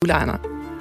Lana.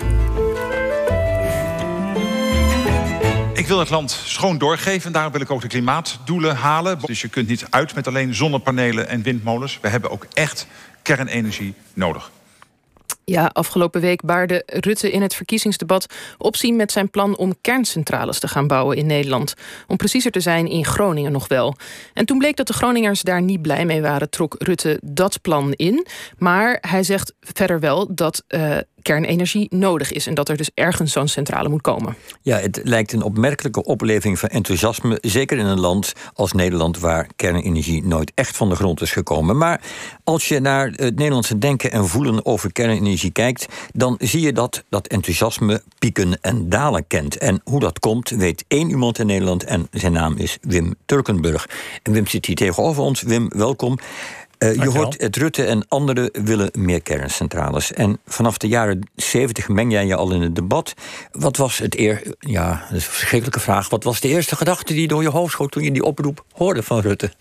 Ik wil het land schoon doorgeven. Daarom wil ik ook de klimaatdoelen halen. Dus je kunt niet uit met alleen zonnepanelen en windmolens. We hebben ook echt kernenergie nodig. Ja, afgelopen week baarde Rutte in het verkiezingsdebat opzien met zijn plan om kerncentrales te gaan bouwen in Nederland. Om preciezer te zijn, in Groningen nog wel. En toen bleek dat de Groningers daar niet blij mee waren, trok Rutte dat plan in. Maar hij zegt verder wel dat kernenergie nodig is en dat er dus ergens zo'n centrale moet komen. Ja, het lijkt een opmerkelijke opleving van enthousiasme, zeker in een land als Nederland waar kernenergie nooit echt van de grond is gekomen. Maar als je naar het Nederlandse denken en voelen over kernenergie kijkt, dan zie je dat enthousiasme pieken en dalen kent. En hoe dat komt, weet één iemand in Nederland en zijn naam is Wim Turkenburg. En Wim zit hier tegenover ons. Wim, welkom. Je hoort het Rutte en anderen willen meer kerncentrales. En vanaf de jaren 70 meng jij je al in het debat. Wat was het ja, dat is een verschrikkelijke vraag. Wat was de eerste gedachte die door je hoofd schoot toen je die oproep hoorde van Rutte?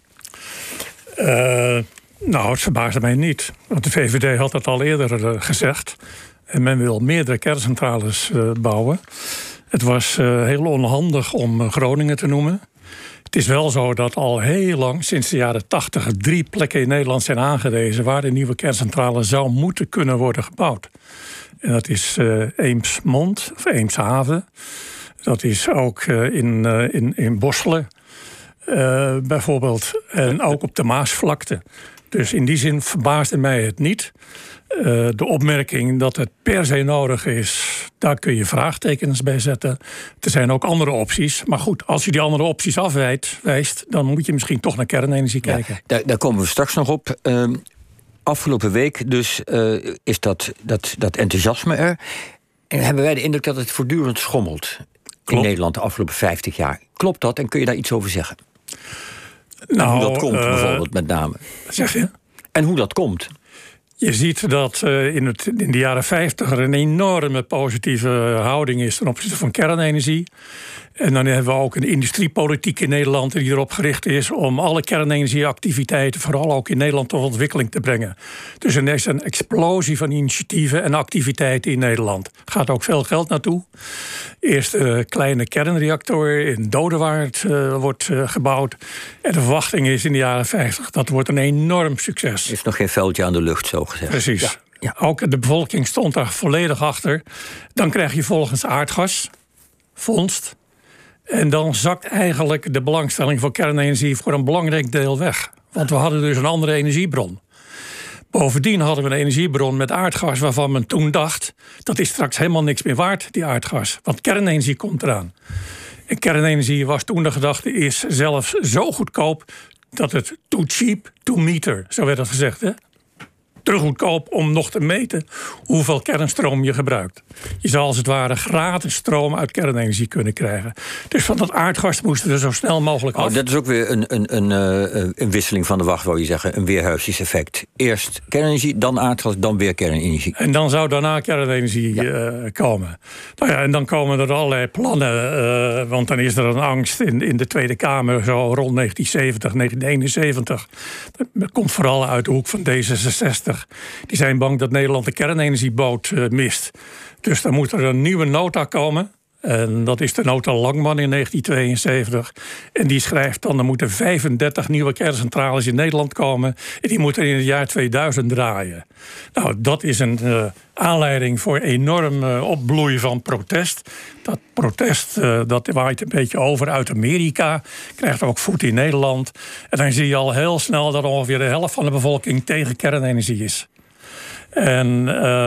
Nou, het verbaasde mij niet. Want de VVD had het al eerder gezegd. En men wil meerdere kerncentrales bouwen. Het was heel onhandig om Groningen te noemen. Het is wel zo dat al heel lang, sinds de jaren 80... 3 plekken in Nederland zijn aangewezen waar de nieuwe kerncentrale zou moeten kunnen worden gebouwd. En dat is Eemsmond, of Eemshaven. Dat is ook in Bosselen bijvoorbeeld. En ook op de Maasvlakte. Dus in die zin verbaasde mij het niet. De opmerking dat het per se nodig is, daar kun je vraagtekens bij zetten. Er zijn ook andere opties. Maar goed, als je die andere opties afwijst, dan moet je misschien toch naar kernenergie kijken. Ja, daar komen we straks nog op. Afgelopen week dus is dat enthousiasme er. En hebben wij de indruk dat het voortdurend schommelt. In Nederland de afgelopen 50 jaar. Klopt dat en kun je daar iets over zeggen? Nou, hoe dat komt bijvoorbeeld met name. Zeg je? En hoe dat komt. Je ziet dat in de jaren 50 er een enorme positieve houding is ten opzichte van kernenergie. En dan hebben we ook een industriepolitiek in Nederland die erop gericht is om alle kernenergieactiviteiten, vooral ook in Nederland, tot ontwikkeling te brengen. Dus er is een explosie van initiatieven en activiteiten in Nederland. Er gaat ook veel geld naartoe. Eerst een kleine kernreactor in Dodewaard wordt gebouwd. En de verwachting is in de jaren 50 dat wordt een enorm succes. Er is nog geen vuiltje aan de lucht, zo gezegd. Precies. Ja. Ja. Ook de bevolking stond daar volledig achter. Dan krijg je volgens aardgas, vondst. En dan zakt eigenlijk de belangstelling voor kernenergie voor een belangrijk deel weg. Want we hadden dus een andere energiebron. Bovendien hadden we een energiebron met aardgas waarvan men toen dacht, dat is straks helemaal niks meer waard, die aardgas. Want kernenergie komt eraan. En kernenergie was toen de gedachte, is zelfs zo goedkoop dat het too cheap to meter, zo werd dat gezegd, hè? Te goedkoop om nog te meten hoeveel kernstroom je gebruikt. Je zou als het ware gratis stroom uit kernenergie kunnen krijgen. Dus van dat aardgas moesten we zo snel mogelijk af. Dat is ook weer een wisseling van de wacht, wou je zeggen. Een weerhuisjes effect. Eerst kernenergie, dan aardgas, dan weer kernenergie. En dan zou daarna kernenergie komen. Nou ja, en dan komen er allerlei plannen. Want dan is er een angst in de Tweede Kamer, zo rond 1970, 1971. Dat komt vooral uit de hoek van D66. Die zijn bang dat Nederland de kernenergieboot mist. Dus dan moet er een nieuwe nota komen. En dat is de nota Langman in 1972. En die schrijft dan, er moeten 35 nieuwe kerncentrales in Nederland komen. En die moeten in het jaar 2000 draaien. Nou, dat is een aanleiding voor enorm opbloei van protest. Dat protest, dat waait een beetje over uit Amerika. Krijgt ook voet in Nederland. En dan zie je al heel snel dat ongeveer de helft van de bevolking tegen kernenergie is. En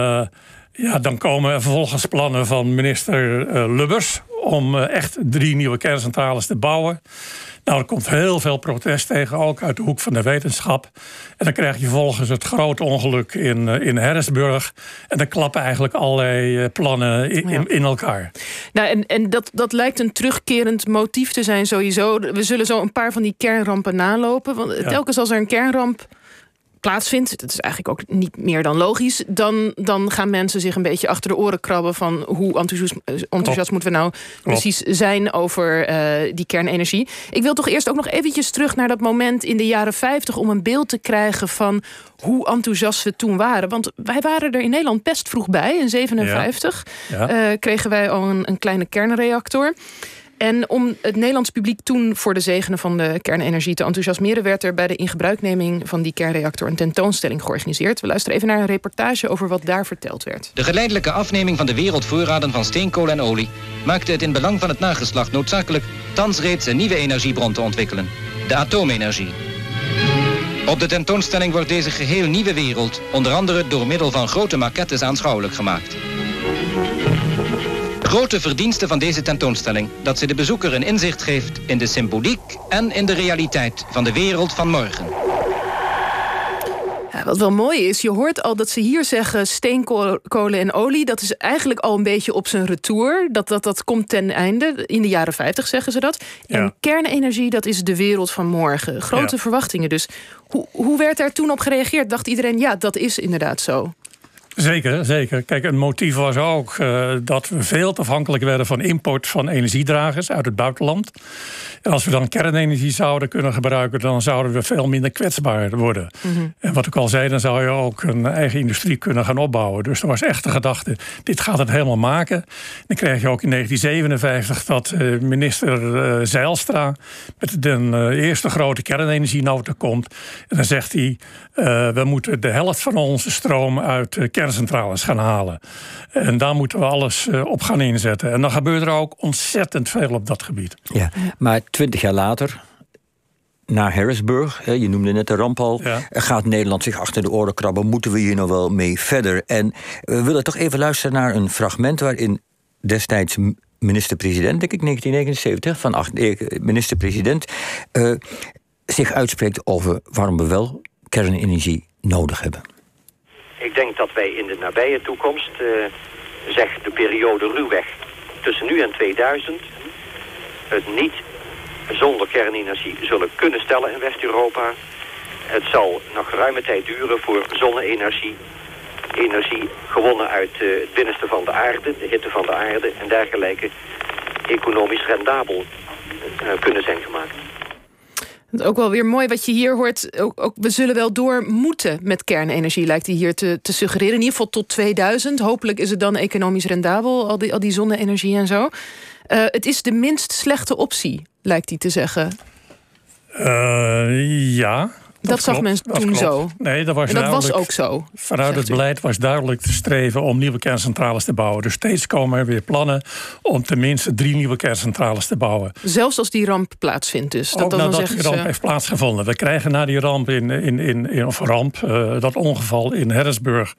ja, dan komen er vervolgens plannen van minister Lubbers om echt 3 nieuwe kerncentrales te bouwen. Nou, er komt heel veel protest tegen, ook uit de hoek van de wetenschap. En dan krijg je vervolgens het grote ongeluk in Harrisburg. En dan klappen eigenlijk allerlei plannen in elkaar. Nou, en dat lijkt een terugkerend motief te zijn sowieso. We zullen zo een paar van die kernrampen nalopen. Want telkens als er een kernramp plaatsvindt, dat is eigenlijk ook niet meer dan logisch, dan gaan mensen zich een beetje achter de oren krabben van hoe enthousiast moeten we nou precies zijn over die kernenergie. Ik wil toch eerst ook nog eventjes terug naar dat moment in de jaren 50 om een beeld te krijgen van hoe enthousiast we toen waren. Want wij waren er in Nederland best vroeg bij. In 1957 kregen wij al een kleine kernreactor. En om het Nederlands publiek toen voor de zegenen van de kernenergie te enthousiasmeren, werd er bij de ingebruikneming van die kernreactor een tentoonstelling georganiseerd. We luisteren even naar een reportage over wat daar verteld werd. De geleidelijke afneming van de wereldvoorraden van steenkool en olie maakte het in belang van het nageslacht noodzakelijk thans reeds een nieuwe energiebron te ontwikkelen: de atoomenergie. Op de tentoonstelling wordt deze geheel nieuwe wereld onder andere door middel van grote maquettes aanschouwelijk gemaakt. Grote verdienste van deze tentoonstelling dat ze de bezoeker een inzicht geeft in de symboliek en in de realiteit van de wereld van morgen. Ja, wat wel mooi is, je hoort al dat ze hier zeggen steenkolen en olie. Dat is eigenlijk al een beetje op zijn retour. Dat komt ten einde. In de jaren 50 zeggen ze dat. En kernenergie, dat is de wereld van morgen. Grote verwachtingen dus. Hoe werd daar toen op gereageerd? Dacht iedereen, ja, dat is inderdaad zo. Zeker. Kijk, een motief was ook dat we veel te afhankelijk werden van import van energiedragers uit het buitenland. En als we dan kernenergie zouden kunnen gebruiken, dan zouden we veel minder kwetsbaar worden. Mm-hmm. En wat ik al zei, dan zou je ook een eigen industrie kunnen gaan opbouwen. Dus er was echt de gedachte, dit gaat het helemaal maken. Dan kreeg je ook in 1957 dat minister Zijlstra met de eerste grote kernenergienota komt. En dan zegt hij, we moeten de helft van onze stroom uit kerncentrales gaan halen. En daar moeten we alles op gaan inzetten. En dan gebeurt er ook ontzettend veel op dat gebied. Ja, maar 20 jaar later, na Harrisburg, je noemde net de ramp al, gaat Nederland zich achter de oren krabben. Moeten we hier nog wel mee verder? En we willen toch even luisteren naar een fragment waarin destijds minister-president, denk ik 1979, minister-president zich uitspreekt over waarom we wel kernenergie nodig hebben. Ik denk dat wij in de nabije toekomst, zeg de periode ruwweg tussen nu en 2000, het niet zonder kernenergie zullen kunnen stellen in West-Europa. Het zal nog ruime tijd duren voor zonne-energie, energie gewonnen uit het binnenste van de aarde, de hitte van de aarde en dergelijke, economisch rendabel kunnen zijn gemaakt. Ook wel weer mooi wat je hier hoort. Ook we zullen wel door moeten met kernenergie, lijkt hij hier te suggereren. In ieder geval tot 2000. Hopelijk is het dan economisch rendabel, al die zonne-energie en zo. Het is de minst slechte optie, lijkt hij te zeggen. Ja. Dat zag men toen zo. Nee, dat was ook zo. Vanuit het beleid was duidelijk te streven om nieuwe kerncentrales te bouwen. Dus steeds komen er weer plannen om tenminste 3 nieuwe kerncentrales te bouwen. Zelfs als die ramp plaatsvindt dus. Ook nadat die ramp heeft plaatsgevonden. We krijgen na die ramp dat ongeval in Harrisburg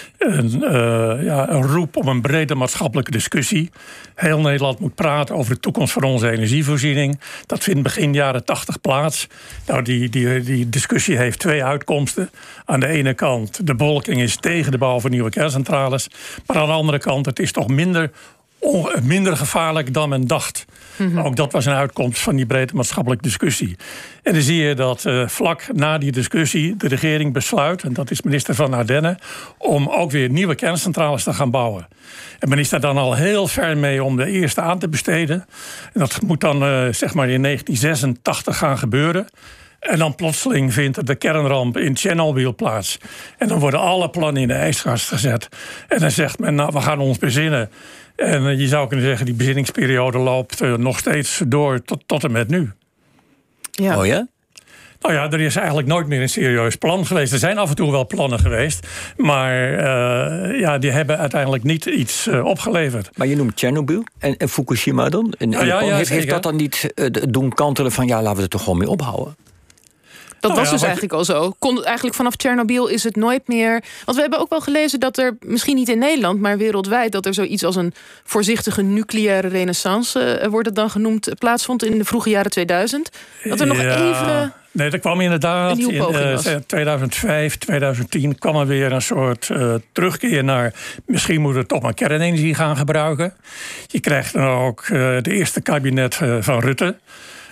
een roep om een brede maatschappelijke discussie. Heel Nederland moet praten over de toekomst van onze energievoorziening. Dat vindt begin jaren 80 plaats. Nou, die discussie heeft 2 uitkomsten. Aan de ene kant, de bevolking is tegen de bouw van nieuwe kerncentrales. Maar aan de andere kant, het is toch minder gevaarlijk dan men dacht. Mm-hmm. Ook dat was een uitkomst van die brede maatschappelijke discussie. En dan zie je dat vlak na die discussie de regering besluit, en dat is minister Van Ardenne, om ook weer nieuwe kerncentrales te gaan bouwen. En men is daar dan al heel ver mee om de eerste aan te besteden. En dat moet dan zeg maar in 1986 gaan gebeuren. En dan plotseling vindt er de kernramp in Tsjernobyl plaats. En dan worden alle plannen in de ijskast gezet. En dan zegt men, nou, we gaan ons bezinnen. En je zou kunnen zeggen, die bezinningsperiode loopt nog steeds door tot en met nu. Ja. Oh ja? Nou ja, er is eigenlijk nooit meer een serieus plan geweest. Er zijn af en toe wel plannen geweest. Maar die hebben uiteindelijk niet iets opgeleverd. Maar je noemt Tsjernobyl en Fukushima dan? Heeft dat dan niet doen kantelen van, laten we er toch gewoon mee ophouden? Dat was dus eigenlijk al zo. Eigenlijk vanaf Tsjernobyl is het nooit meer. Want we hebben ook wel gelezen dat er, misschien niet in Nederland, maar wereldwijd, dat er zoiets als een voorzichtige nucleaire renaissance, wordt het dan genoemd, plaatsvond in de vroege jaren 2000. Dat er nog even. Nee, er kwam inderdaad in 2005, 2010 kwam er weer een soort terugkeer naar, misschien moeten we toch maar kernenergie gaan gebruiken. Je krijgt dan ook de eerste kabinet van Rutte.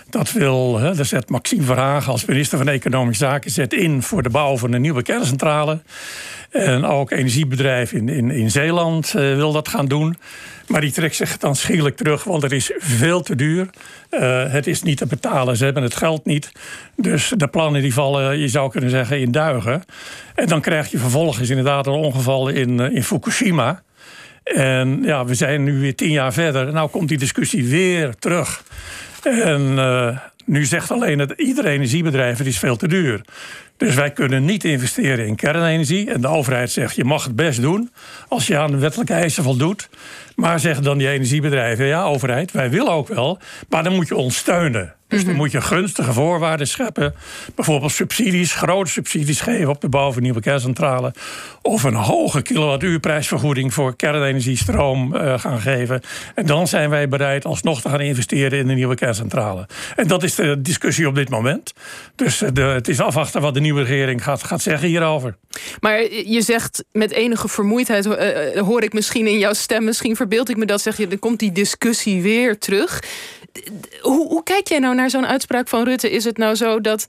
Daar zet Maxime Verhagen als minister van Economische Zaken in voor de bouw van een nieuwe kerncentrale. En ook energiebedrijf in Zeeland wil dat gaan doen. Maar die trekt zich dan schielijk terug, want het is veel te duur. Het is niet te betalen, ze hebben het geld niet. Dus de plannen die vallen, je zou kunnen zeggen, in duigen. En dan krijg je vervolgens inderdaad een ongeval in Fukushima. En ja, we zijn nu weer 10 jaar verder. En nou komt die discussie weer terug. En nu zegt alleen ieder energiebedrijf, het is veel te duur. Dus wij kunnen niet investeren in kernenergie. En de overheid zegt, je mag het best doen als je aan de wettelijke eisen voldoet. Maar zeggen dan die energiebedrijven, ja, overheid, wij willen ook wel, maar dan moet je ons steunen. Dus dan moet je gunstige voorwaarden scheppen. Bijvoorbeeld subsidies, grote subsidies geven op de bouw van een nieuwe kerncentrale. Of een hoge kilowattuurprijsvergoeding voor kernenergiestroom gaan geven. En dan zijn wij bereid alsnog te gaan investeren in een nieuwe kerncentrale. En dat is de discussie op dit moment. Dus het is afwachten wat de nieuwe regering gaat zeggen hierover. Maar je zegt met enige vermoeidheid, hoor ik misschien in jouw stem, misschien verbeeld ik me dat, zeg je, dan komt die discussie weer terug. Hoe kijk jij nou naar zo'n uitspraak van Rutte? Is het nou zo dat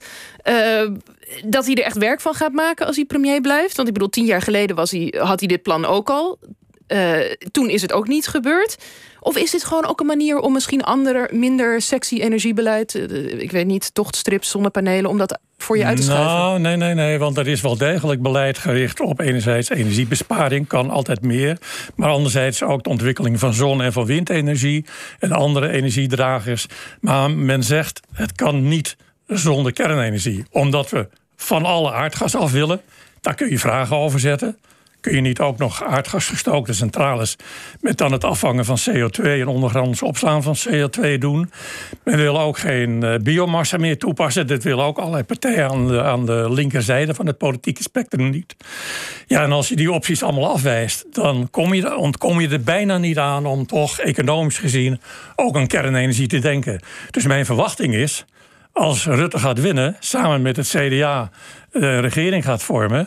hij er echt werk van gaat maken als hij premier blijft? Want ik bedoel, 10 jaar geleden had hij dit plan ook al. Toen is het ook niet gebeurd. Of is dit gewoon ook een manier om misschien minder sexy energiebeleid, ik weet niet, tochtstrips, zonnepanelen, om dat voor je uit te schuiven? Nou, nee, want er is wel degelijk beleid gericht op enerzijds energiebesparing, kan altijd meer. Maar anderzijds ook de ontwikkeling van zon- en van windenergie en andere energiedragers. Maar men zegt, het kan niet zonder kernenergie. Omdat we van alle aardgas af willen. Daar kun je vragen over zetten. Kun je niet ook nog aardgasgestookte centrales met dan het afvangen van CO2 en ondergronds opslaan van CO2 doen? Men wil ook geen biomassa meer toepassen. Dat willen ook allerlei partijen aan de linkerzijde van het politieke spectrum niet. Ja, en als je die opties allemaal afwijst, dan ontkom je er bijna niet aan om toch economisch gezien ook aan kernenergie te denken. Dus mijn verwachting is, als Rutte gaat winnen, samen met het CDA de regering gaat vormen,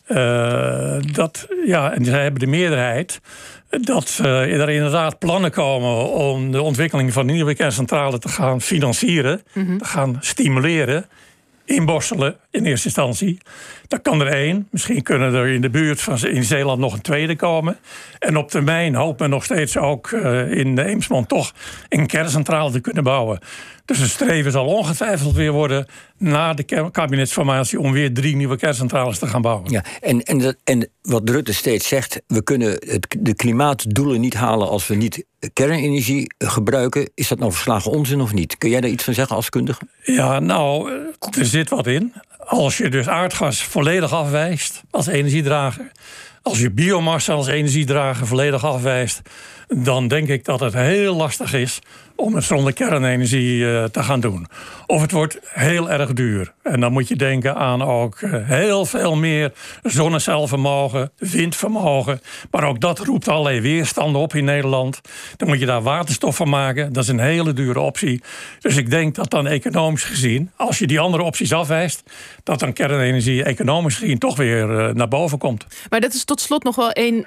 en zij hebben de meerderheid, dat er inderdaad plannen komen om de ontwikkeling van de nieuwe kerncentrale te gaan financieren, te gaan stimuleren, inborstelen in eerste instantie. Dan kan er 1, misschien kunnen er in de buurt van in Zeeland nog een tweede komen. En op termijn hoopt men nog steeds ook in Eemsmond toch een kerncentrale te kunnen bouwen. Dus het streven zal ongetwijfeld weer worden na de kabinetsformatie om weer 3 nieuwe kerncentrales te gaan bouwen. Ja, en wat Rutte steeds zegt, we kunnen de klimaatdoelen niet halen als we niet kernenergie gebruiken. Is dat nou verslagen onzin of niet? Kun jij daar iets van zeggen als kundige? Ja, nou, er zit wat in. Als je dus aardgas volledig afwijst als energiedrager, als je biomassa als energiedrager volledig afwijst, dan denk ik dat het heel lastig is om het zonder kernenergie te gaan doen. Of het wordt heel erg duur. En dan moet je denken aan ook heel veel meer zonnecelvermogen, windvermogen. Maar ook dat roept allerlei weerstanden op in Nederland. Dan moet je daar waterstof van maken. Dat is een hele dure optie. Dus ik denk dat dan economisch gezien, als je die andere opties afwijst, dat dan kernenergie economisch gezien toch weer naar boven komt. Maar dat is tot slot nog wel één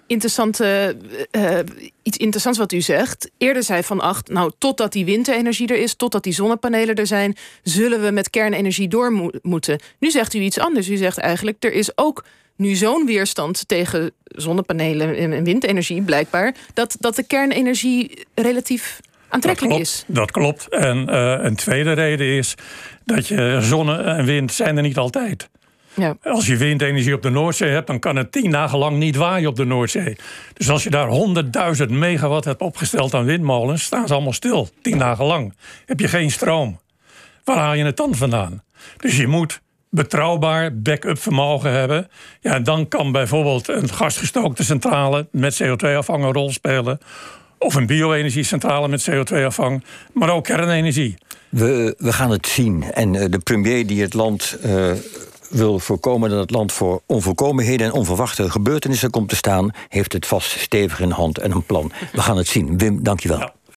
iets interessants wat u zegt. Eerder zei Van Agt, nou, totdat die windenergie er is, totdat die zonnepanelen er zijn, zullen we met kernenergie door moeten. Nu zegt u iets anders. U zegt eigenlijk, er is ook nu zo'n weerstand tegen zonnepanelen en windenergie, blijkbaar, dat de kernenergie relatief aantrekkelijk is. Dat klopt. En een tweede reden is dat je zonne en wind zijn er niet altijd. Ja. Als je windenergie op de Noordzee hebt, dan kan het 10 dagen lang niet waaien op de Noordzee. Dus als je daar 100.000 megawatt hebt opgesteld aan windmolens, staan ze allemaal stil, 10 dagen lang. Heb je geen stroom. Waar haal je het dan vandaan? Dus je moet betrouwbaar backup vermogen hebben. Ja, dan kan bijvoorbeeld een gasgestookte centrale met CO2-afvang een rol spelen. Of een bio-energiecentrale met CO2-afvang. Maar ook kernenergie. We gaan het zien. En de premier die het land wil voorkomen dat het land voor onvolkomenheden en onverwachte gebeurtenissen komt te staan, heeft het vast stevig in hand en een plan. We gaan het zien. Wim, dank je wel. Ja.